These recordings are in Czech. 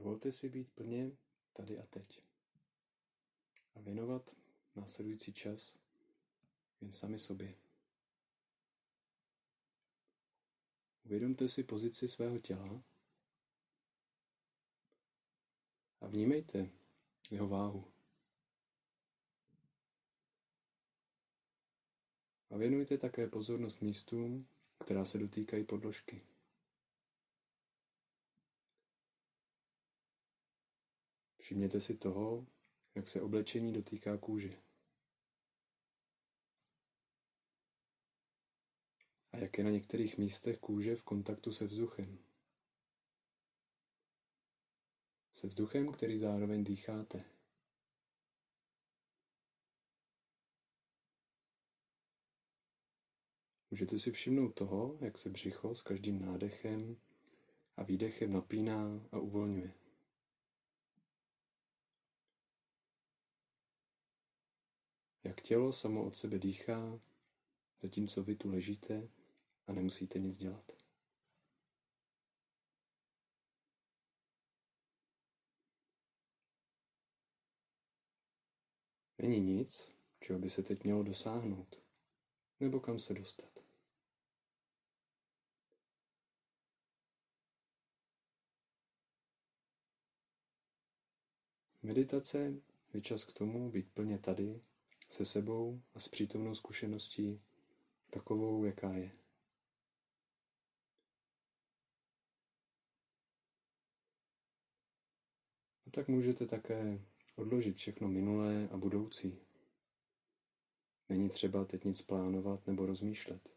Dovolte si být plně tady a teď a věnovat následující čas jen sami sobě. Uvědomte si pozici svého těla a vnímejte jeho váhu. A věnujte také pozornost místům, která se dotýkají podložky. Všimněte si toho, jak se oblečení dotýká kůže. A jak je na některých místech kůže v kontaktu se vzduchem. Se vzduchem, který zároveň dýcháte. Můžete si všimnout toho, jak se břicho s každým nádechem a výdechem napíná a uvolňuje. Jak tělo samo od sebe dýchá, zatímco vy tu ležíte a nemusíte nic dělat. Není nic, čeho by se teď mělo dosáhnout, nebo kam se dostat. Meditace je čas k tomu být plně tady, se sebou a s přítomnou zkušeností, takovou, jaká je. A tak můžete také odložit všechno minulé a budoucí. Není třeba teď nic plánovat nebo rozmýšlet.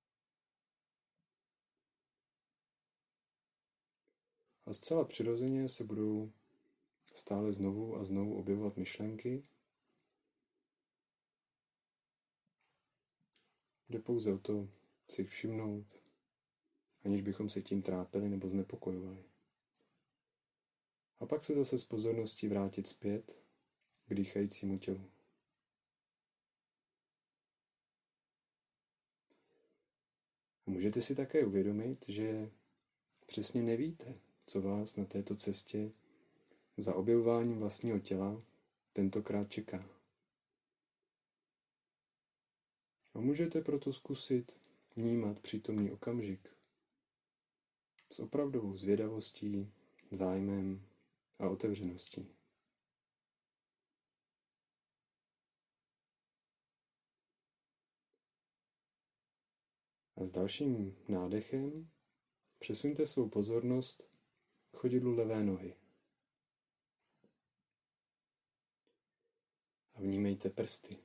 A zcela přirozeně se budou stále znovu a znovu objevovat myšlenky, jde pouze o to si jich všimnout, aniž bychom se tím trápili nebo znepokojovali. A pak se zase s pozorností vrátit zpět k dýchajícímu tělu. A můžete si také uvědomit, že přesně nevíte, co vás na této cestě za objevováním vlastního těla tentokrát čeká. A můžete proto zkusit vnímat přítomný okamžik s opravdovou zvědavostí, zájmem a otevřeností. A s dalším nádechem přesuňte svou pozornost k chodidlu levé nohy. A vnímejte prsty,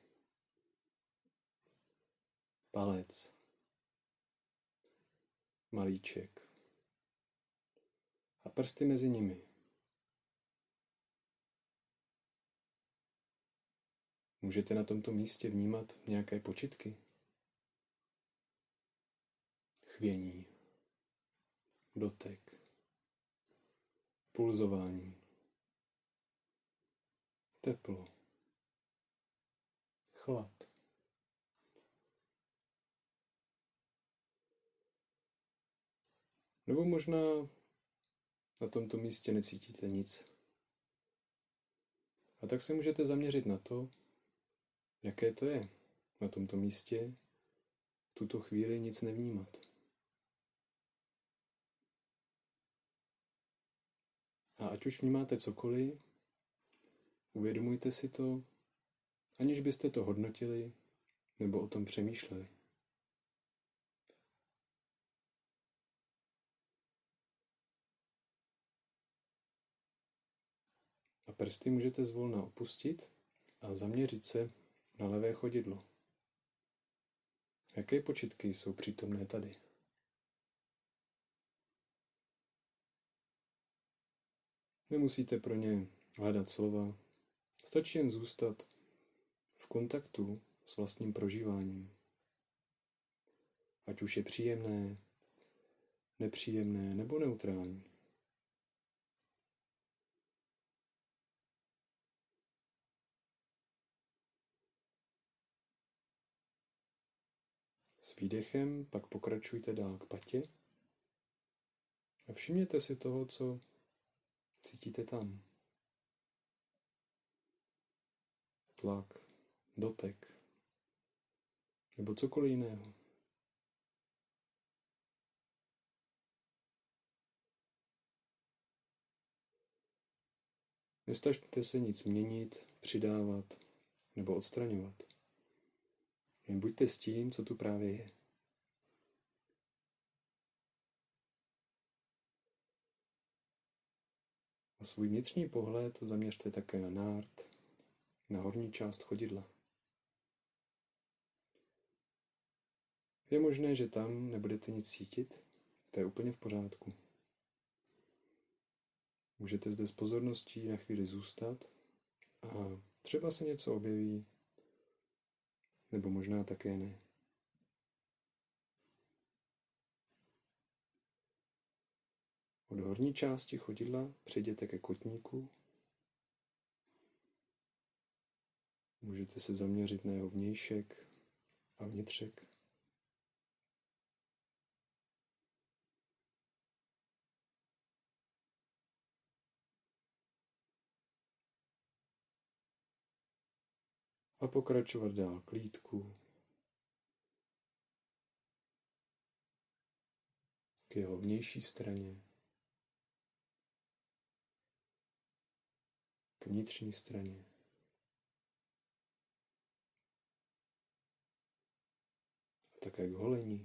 palec, malíček a prsty mezi nimi. Můžete na tomto místě vnímat nějaké počitky? Chvění, dotek, pulzování, teplo, chlad. Nebo možná na tomto místě necítíte nic. A tak se můžete zaměřit na to, jaké to je na tomto místě v tuto chvíli nic nevnímat. A ať už vnímáte cokoliv, uvědomujte si to, aniž byste to hodnotili nebo o tom přemýšleli. A prsty můžete zvolna opustit a zaměřit se na levé chodidlo. Jaké počitky jsou přítomné tady? Nemusíte pro ně hledat slova, stačí jen zůstat v kontaktu s vlastním prožíváním. Ať už je příjemné, nepříjemné nebo neutrální. S výdechem pak pokračujte dál k patě a všimněte si toho, co cítíte tam tlak, dotek nebo cokoliv jiného. Nesnažte se nic měnit, přidávat nebo odstraňovat. Jen buďte s tím, co tu právě je. A svůj vnitřní pohled zaměřte také na nárt, na horní část chodidla. Je možné, že tam nebudete nic cítit, to je úplně v pořádku. Můžete zde s pozorností na chvíli zůstat a třeba se něco objeví, nebo možná také ne. Od horní části chodidla přejděte ke kotníku. Můžete se zaměřit na jeho vnějšek a vnitřek. A pokračovat dál k lýtku, k jeho vnější straně, k vnitřní straně. A také k holení.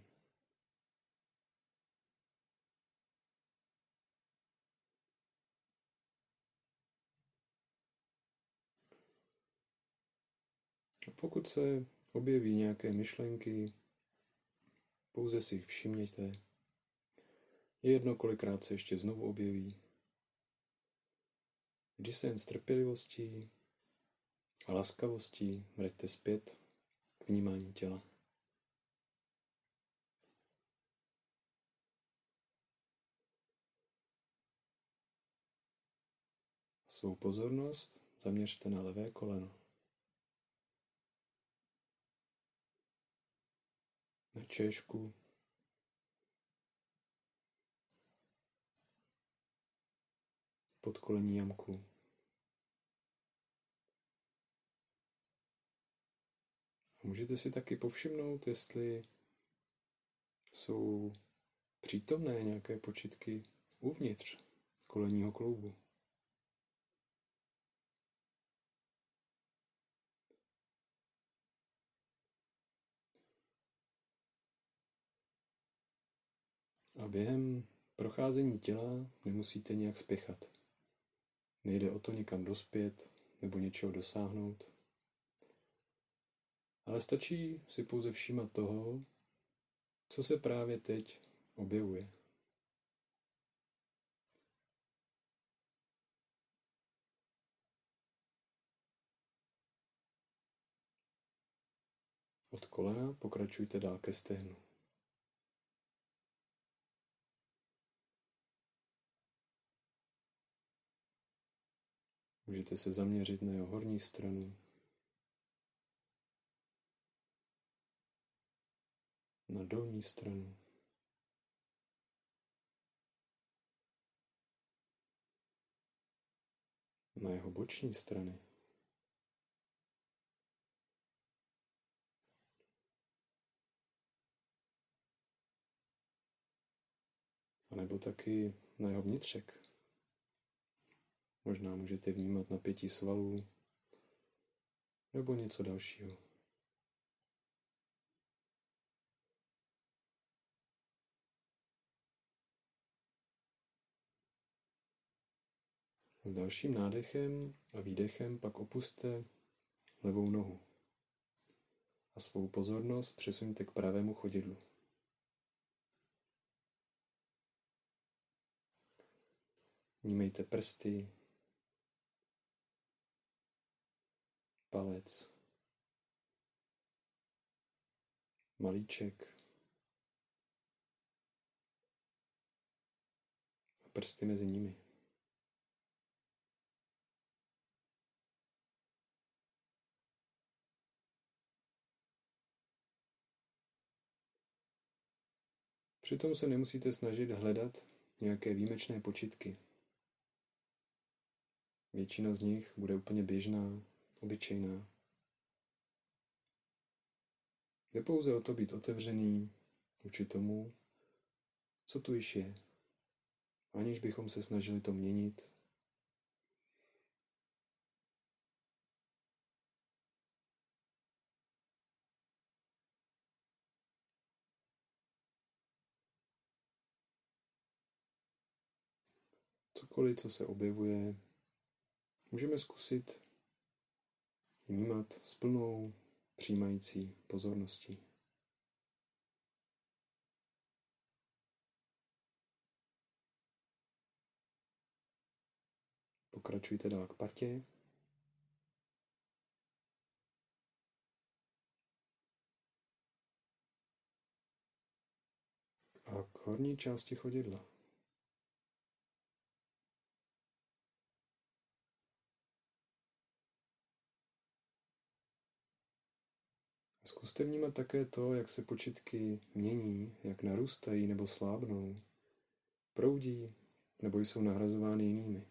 A pokud se objeví nějaké myšlenky, pouze si jich všimněte. Je jedno, kolikrát se ještě znovu objeví. Vždy se jen s trpělivostí a laskavostí vraťte zpět k vnímání těla. Svou pozornost zaměřte na levé koleno. Na češku, podkolení jamku. A můžete si taky povšimnout, jestli jsou přítomné nějaké počitky uvnitř kolenního kloubu. A během procházení těla nemusíte nějak spěchat. Nejde o to někam dospět nebo něčeho dosáhnout. Ale stačí si pouze všímat toho, co se právě teď objevuje. Od kolena pokračujte dál ke stehnu. Můžete se zaměřit na jeho horní stranu, na dolní stranu, na jeho boční strany. A nebo taky na jeho vnitřek. Možná můžete vnímat napětí svalů nebo něco dalšího. S dalším nádechem a výdechem pak opusťte levou nohu a svou pozornost přesuňte k pravému chodidlu. Vnímejte prsty, palec, malíček a prsty mezi nimi. Přitom se nemusíte snažit hledat nějaké výjimečné počitky. Většina z nich bude úplně běžná, obyčejná. Jde pouze o to být otevřený vůči tomu, co tu již je, aniž bychom se snažili to měnit. Cokoliv, co se objevuje, můžeme zkusit vnímat s plnou přijímající pozorností. Pokračujte dál k partě. A k horní části chodidla. Zkuste vnímat také to, jak se počitky mění, jak narůstají nebo slábnou, proudí nebo jsou nahrazovány jinými.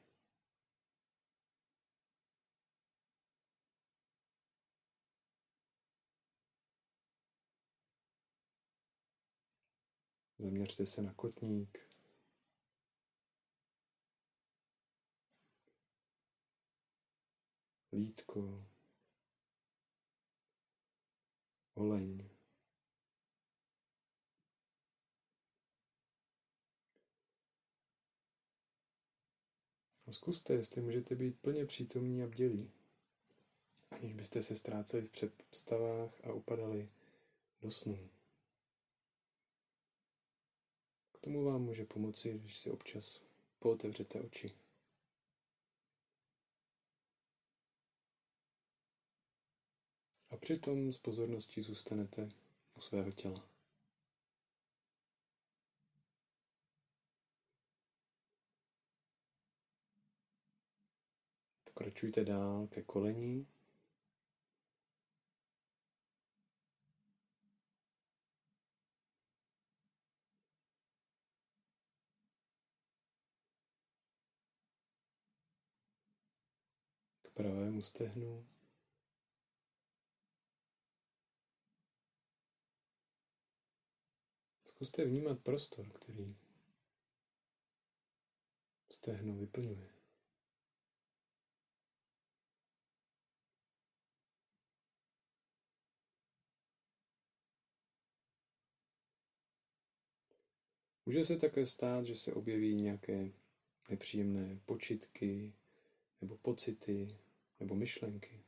Zaměřte se na kotník, lýtko, holeň. A zkuste, jestli můžete být plně přítomní a bdělí, aniž byste se ztráceli v představách a upadali do snů. K tomu vám může pomoci, když si občas pootevřete oči. A přitom s pozorností zůstanete u svého těla. Pokračujte dál ke kolení. K pravému stehnu. Zkuste vnímat prostor, který stehno vyplňuje. Může se také stát, že se objeví nějaké nepříjemné počitky, nebo pocity, nebo myšlenky.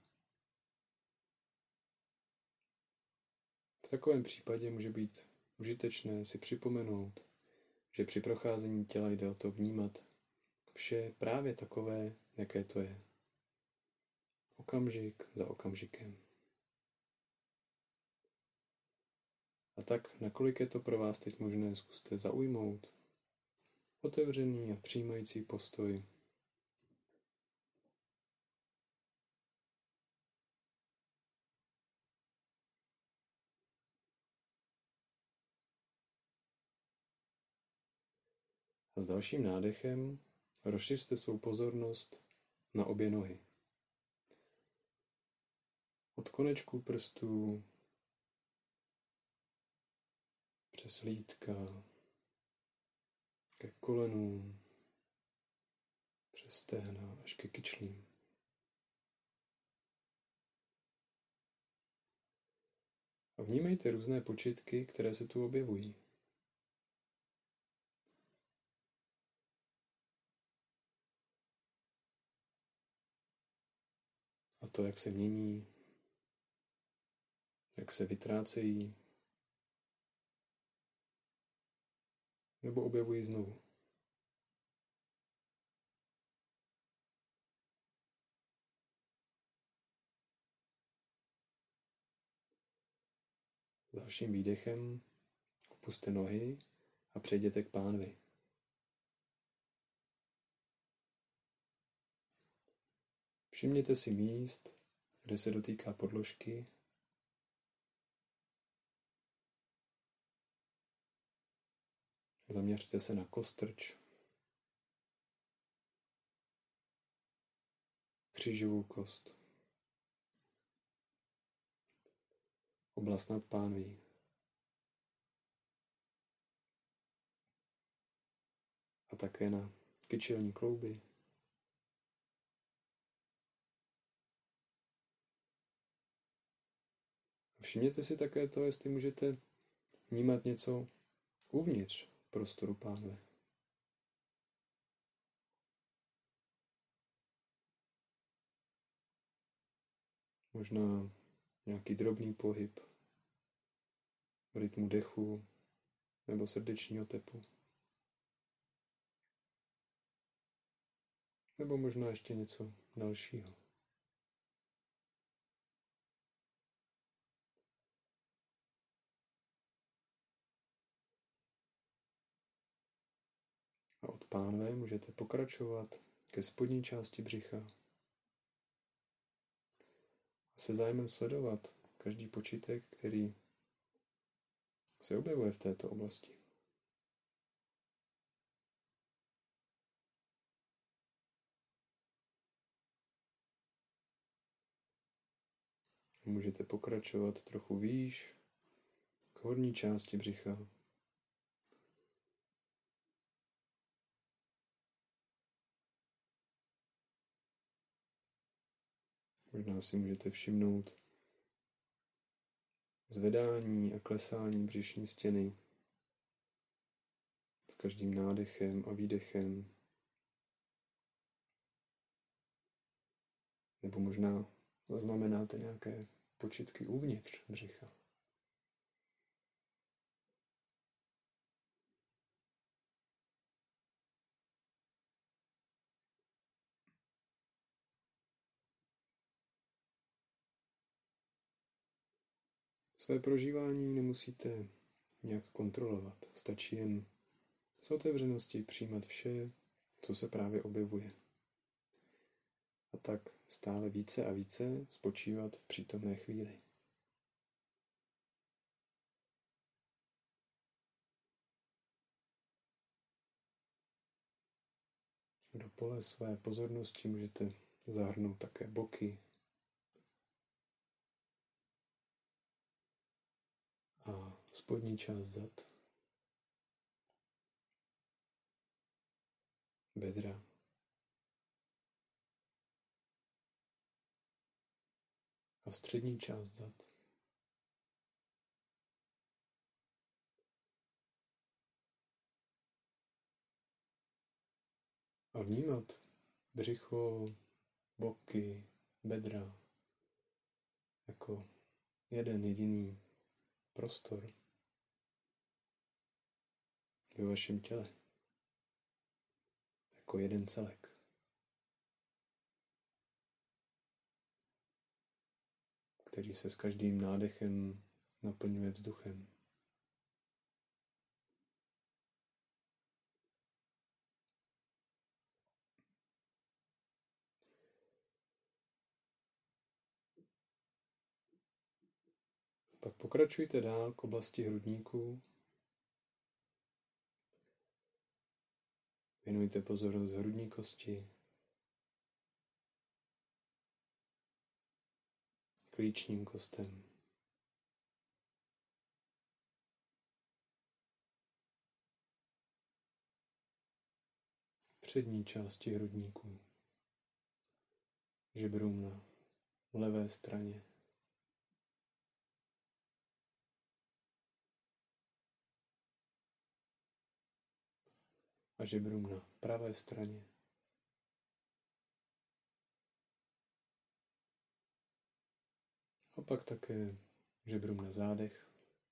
V takovém případě může být užitečné si připomenout, že při procházení těla jde o to vnímat vše právě takové, jaké to je. Okamžik za okamžikem. A tak, nakolik je to pro vás teď možné, zkuste zaujmout otevřený a přijímající postoj. A s dalším nádechem rozšiřte svou pozornost na obě nohy. Od konečků prstů přes lítka, ke kolenům, přes stehna až ke kyčlím. A vnímejte různé počitky, které se tu objevují. A to, jak se mění, jak se vytrácejí, nebo objevují znovu. Dalším výdechem opuste nohy a přejděte k pánvi. Všimněte si míst, kde se dotýká podložky. Zaměřte se na kostrč. křížovou kost, oblast nad pánví, a také na kyčelní klouby, všimněte si také to, jestli můžete vnímat něco uvnitř prostoru pánve. Možná nějaký drobný pohyb v rytmu dechu nebo srdečního tepu. Nebo možná ještě něco dalšího. A od pánve můžete pokračovat ke spodní části břicha. A se zájmem sledovat každý počítek, který se objevuje v této oblasti. Můžete pokračovat trochu výš k horní části břicha. Možná si můžete všimnout zvedání a klesání břišní stěny s každým nádechem a výdechem. Nebo možná zaznamenáte nějaké počitky uvnitř břicha. Své prožívání nemusíte nějak kontrolovat. Stačí jen s otevřeností přijímat vše, co se právě objevuje. A tak stále více a více spočívat v přítomné chvíli. Do pole své pozornosti můžete zahrnout také boky a spodní část zad, bedra, a střední část zad. A vnímat břicho, boky, bedra jako jeden jediný prostor ve vašem těle. Jako jeden celek. Který se s každým nádechem naplňuje vzduchem. Pak pokračujte dál k oblasti hrudníku. Věnujte pozornost hrudní kosti, klíčním kostem, přední části hrudníku, žebrům na levé straně, a žebrům na pravé straně. A pak také žebrům na zádech.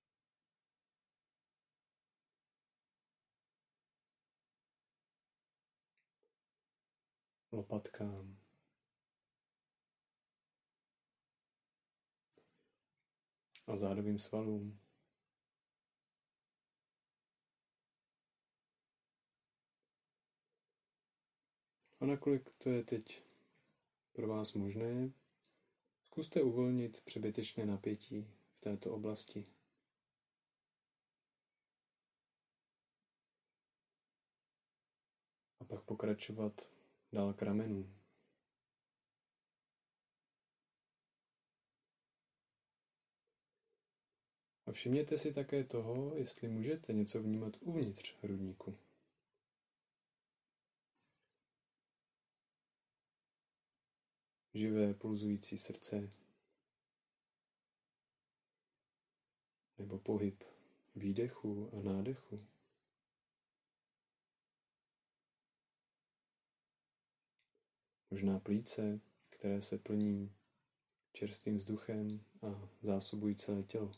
Lopatkám. A zádovým svalům. A nakolik to je teď pro vás možné, zkuste uvolnit přebytečné napětí v této oblasti. A pak pokračovat dál k ramenům. A všimněte si také toho, jestli můžete něco vnímat uvnitř hrudníku. Živé pulzující srdce nebo pohyb výdechu a nádechu. Možná plíce, které se plní čerstvým vzduchem a zásobují celé tělo.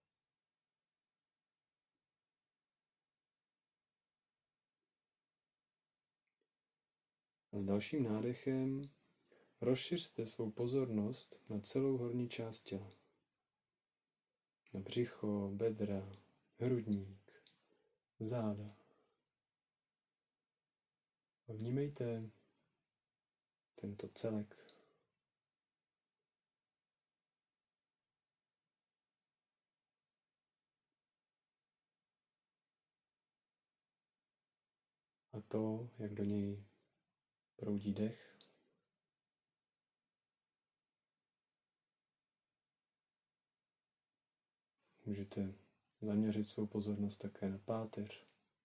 A s dalším nádechem rozšiřte svou pozornost na celou horní část těla. Na břicho, bedra, hrudník, záda. A vnímejte tento celek. A to, jak do něj proudí dech. Můžete zaměřit svou pozornost také na páteř.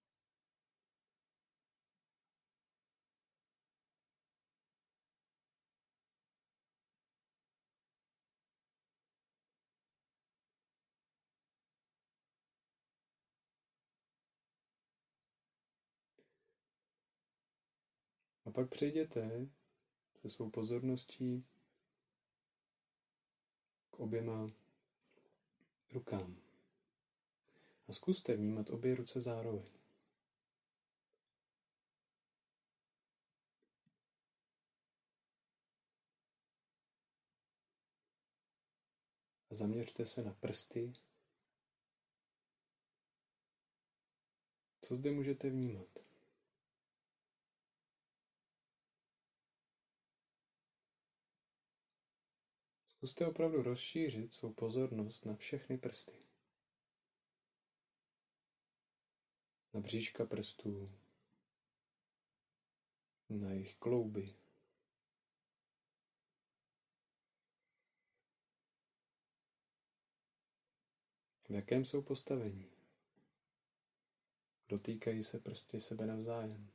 A pak přejděte se svou pozorností k oběma rukám. A zkuste vnímat obě ruce zároveň. A zaměřte se na prsty. Co zde můžete vnímat? Zkuste opravdu rozšířit svou pozornost na všechny prsty. Na bříška prstů, na jejich klouby. V jakém jsou postavení? Dotýkají se prsty sebe navzájem.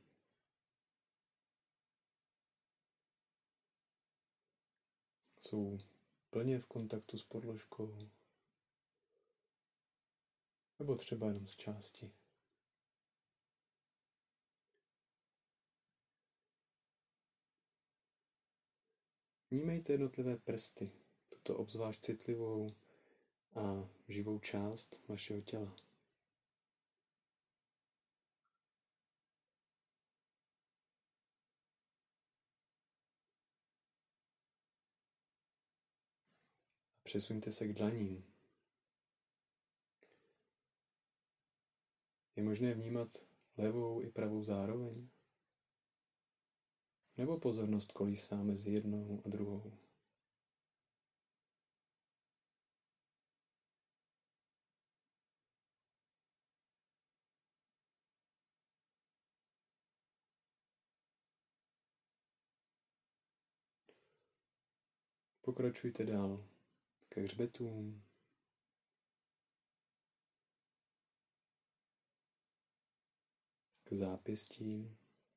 Jsou plně v kontaktu s podložkou. Nebo třeba jenom z části. Vnímejte jednotlivé prsty, tuto obzvlášť citlivou a živou část vašeho těla. A přesuňte se k dlaním. Je možné vnímat levou i pravou zároveň? Nebo pozornost kolísá mezi jednou a druhou? Pokračujte dál ke hřbetům, k zápěstím,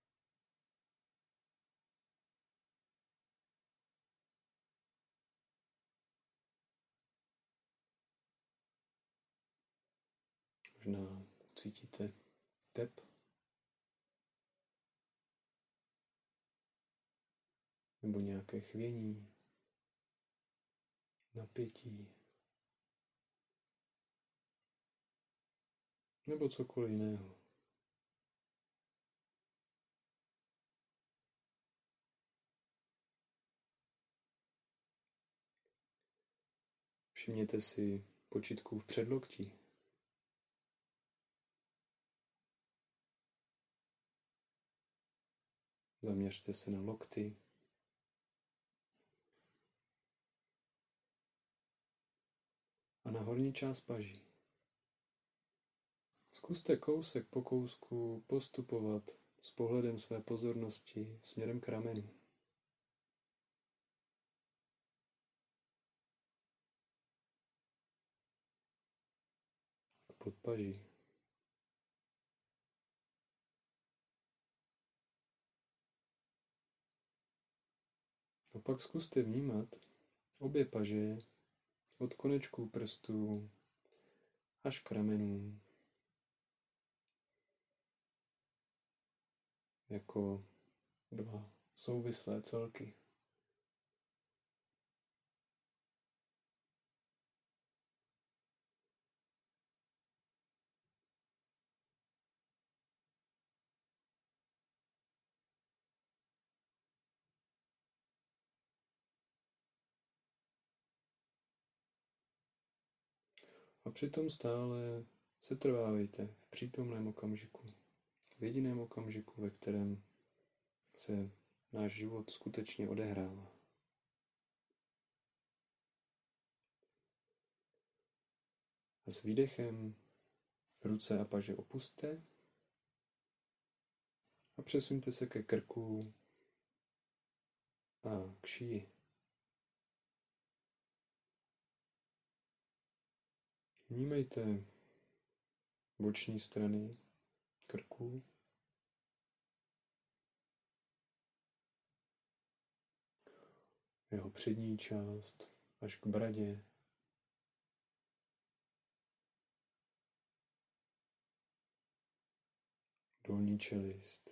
možná cítíte tep, nebo nějaké chvění, napětí, nebo cokoliv jiného. Všimněte si počítků v předloktí. Zaměřte se na lokty. A na horní část paží. Zkuste kousek po kousku postupovat s pohledem své pozornosti směrem k ramenu. podpaží. A pak zkuste vnímat obě paže od konečků prstů až k ramenům jako dva souvislé celky. A přitom stále setrvávejte v přítomném okamžiku, v jediném okamžiku, ve kterém se náš život skutečně odehrává. A s výdechem ruce a paže opusťte a přesuňte se ke krku a k šíji. Vnímejte boční strany krku, jeho přední část až k bradě, dolní čelist,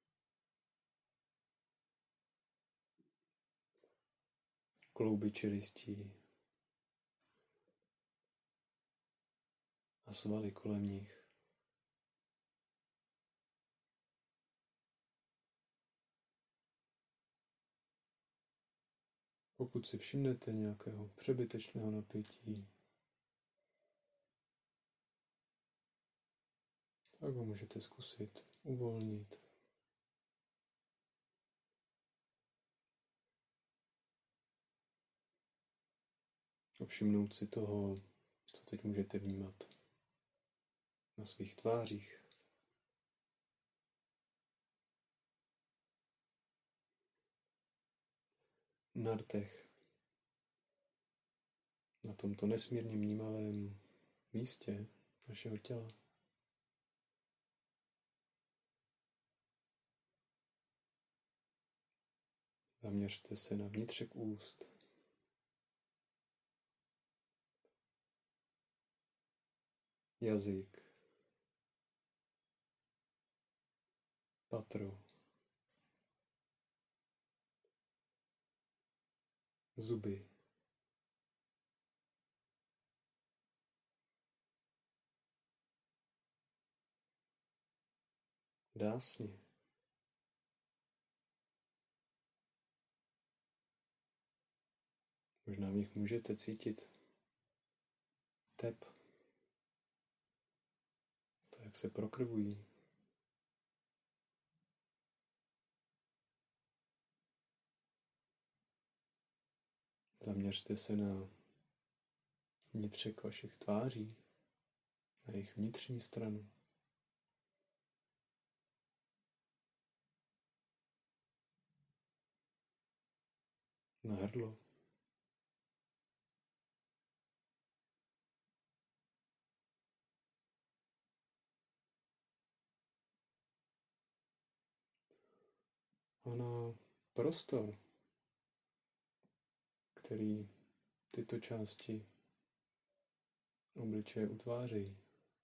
klouby čelistí a svaly kolem nich. Pokud si všimnete nějakého přebytečného napětí, tak ho můžete zkusit uvolnit. A všimnout si toho, co teď můžete vnímat na svých tvářích. Na rtech. Na tomto nesmírně vnímavém místě našeho těla. Zaměřte se na vnitřek úst. Jazyk. Patro. Zuby. Dásně. Možná v nich můžete cítit tep. To, jak se prokrvují. Zaměřte se na vnitřek vašich tváří, na jejich vnitřní stranu. Na hrdlo. A na prostor, který tyto části obličeje utvářejí.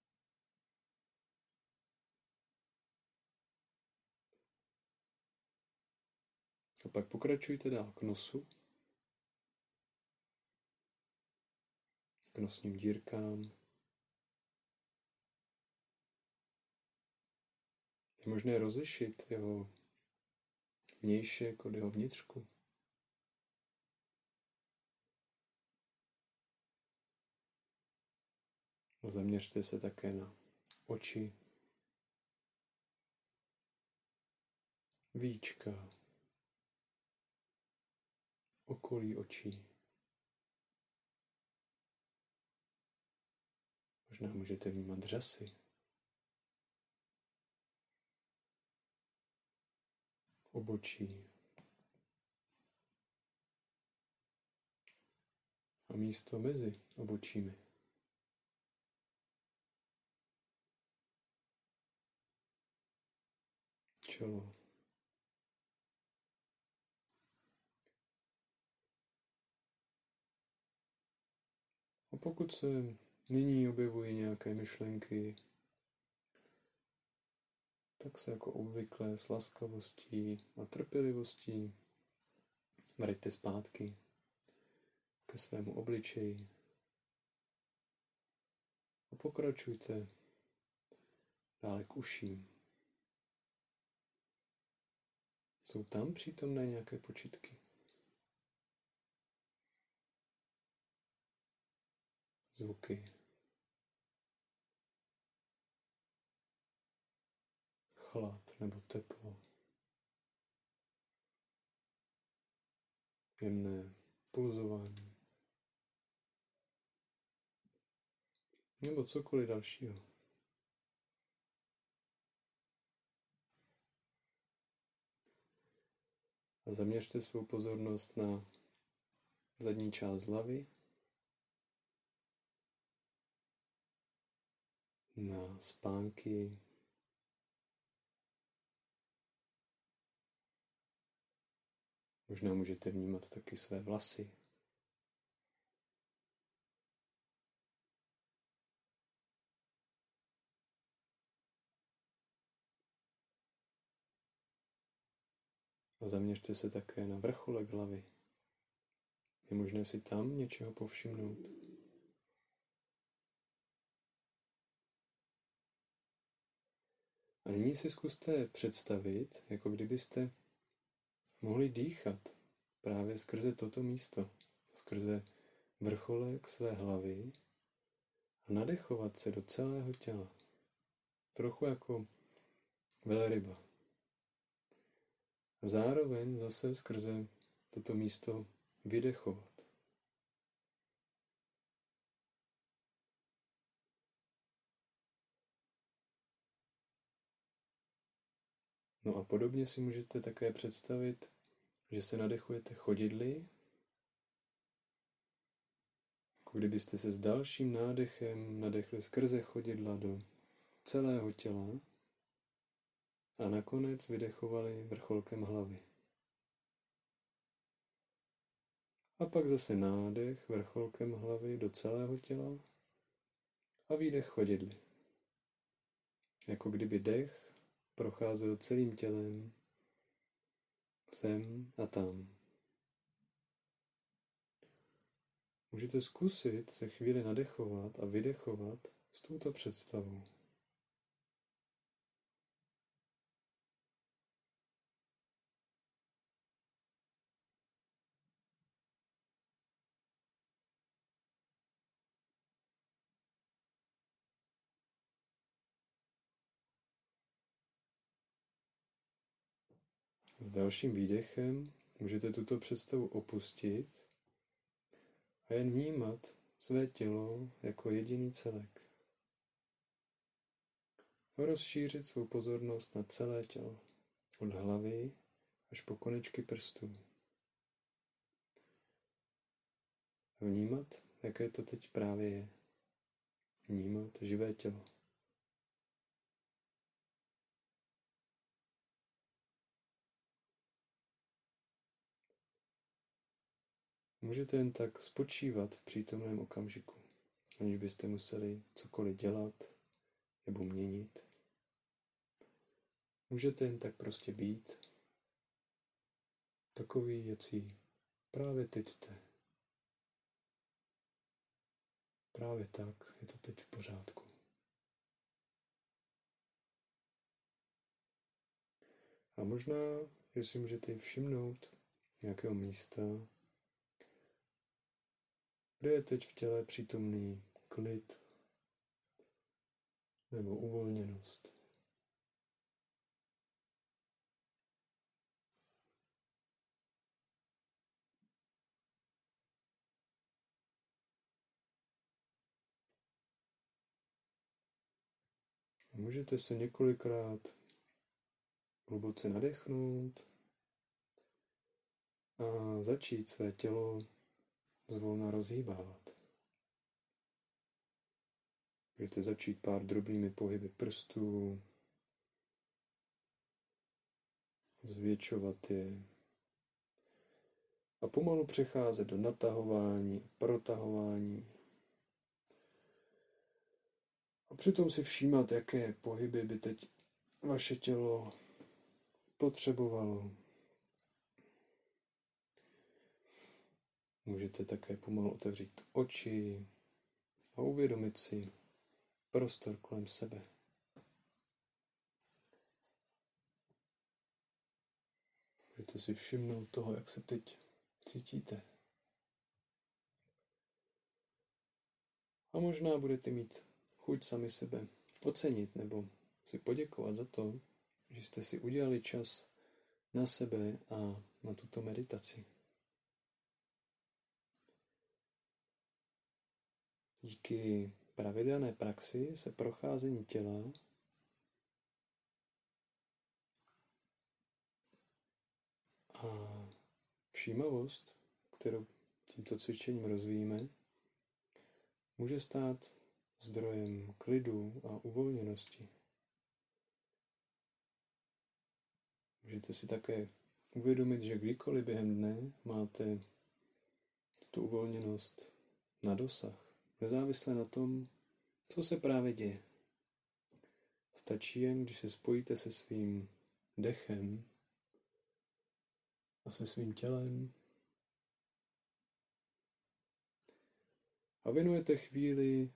A pak pokračujte dál k nosu, k nosním dírkám. Je možné rozlišit jeho vnějšek od jeho vnitřku. A zaměřte se také na oči, víčka, okolí očí. Možná můžete vnímat řasy, obočí a místo mezi obočími. čelo. A pokud se nyní objevují nějaké myšlenky, tak se jako obvykle s laskavostí a trpělivostí vraťte zpátky ke svému obličeji a pokračujte dále k uším. Jsou tam přítomné nějaké počitky? Zvuky. Chlad nebo teplo. Jemné pulzování. Nebo cokoliv dalšího. A zaměřte svou pozornost na zadní část hlavy, na spánky, možná můžete vnímat taky své vlasy. A zaměřte se také na vrcholek hlavy. Je možné si tam něčeho povšimnout. A nyní si zkuste představit, jako kdybyste mohli dýchat právě skrze toto místo, skrze vrcholek své hlavy a nadechovat se do celého těla. Trochu jako velryba. A zároveň zase skrze toto místo vydechovat. No a podobně si můžete také představit, že se nadechujete chodidly, jako kdybyste se s dalším nádechem nadechli skrze chodidla do celého těla a nakonec vydechovali vrcholkem hlavy. A pak zase nádech vrcholkem hlavy do celého těla a výdech chodidly. Jako kdyby dech procházel celým tělem sem a tam. Můžete zkusit se chvíli nadechovat a vydechovat s touto představou. S dalším výdechem můžete tuto představu opustit a jen vnímat své tělo jako jediný celek. A rozšířit svou pozornost na celé tělo, od hlavy až po konečky prstů. A vnímat, jaké to teď právě je. Vnímat živé tělo. Můžete jen tak spočívat v přítomném okamžiku, aniž byste museli cokoliv dělat nebo měnit. Můžete jen tak prostě být takový, jací právě teď jste. Právě tak je to teď v pořádku. A možná, že si můžete všimnout nějakého místa, kde je teď v těle přítomný klid nebo uvolněnost. Můžete se několikrát hluboce nadechnout a začít své tělo zvolna rozhýbávat. Můžete začít pár drobnými pohyby prstů, zvětšovat je a pomalu přecházet do natahování, protahování. A přitom si všímat, jaké pohyby by teď vaše tělo potřebovalo. Můžete také pomalu otevřít oči a uvědomit si prostor kolem sebe. Můžete si všimnout toho, jak se teď cítíte. A možná budete mít chuť sami sebe ocenit nebo si poděkovat za to, že jste si udělali čas na sebe a na tuto meditaci. Díky pravidelné praxi se procházení těla a všímavost, kterou tímto cvičením rozvíjíme, může stát zdrojem klidu a uvolněnosti. Můžete si také uvědomit, že kdykoliv během dne máte tuto uvolněnost na dosah, nezávisle na tom, co se právě děje. Stačí jen, když se spojíte se svým dechem a se svým tělem a věnujete chvíli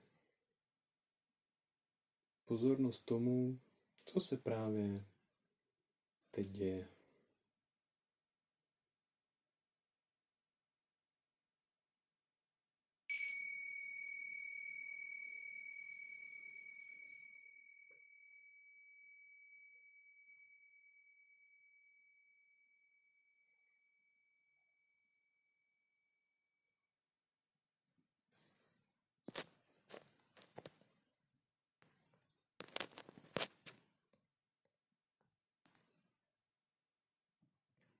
pozornost tomu, co se právě teď děje.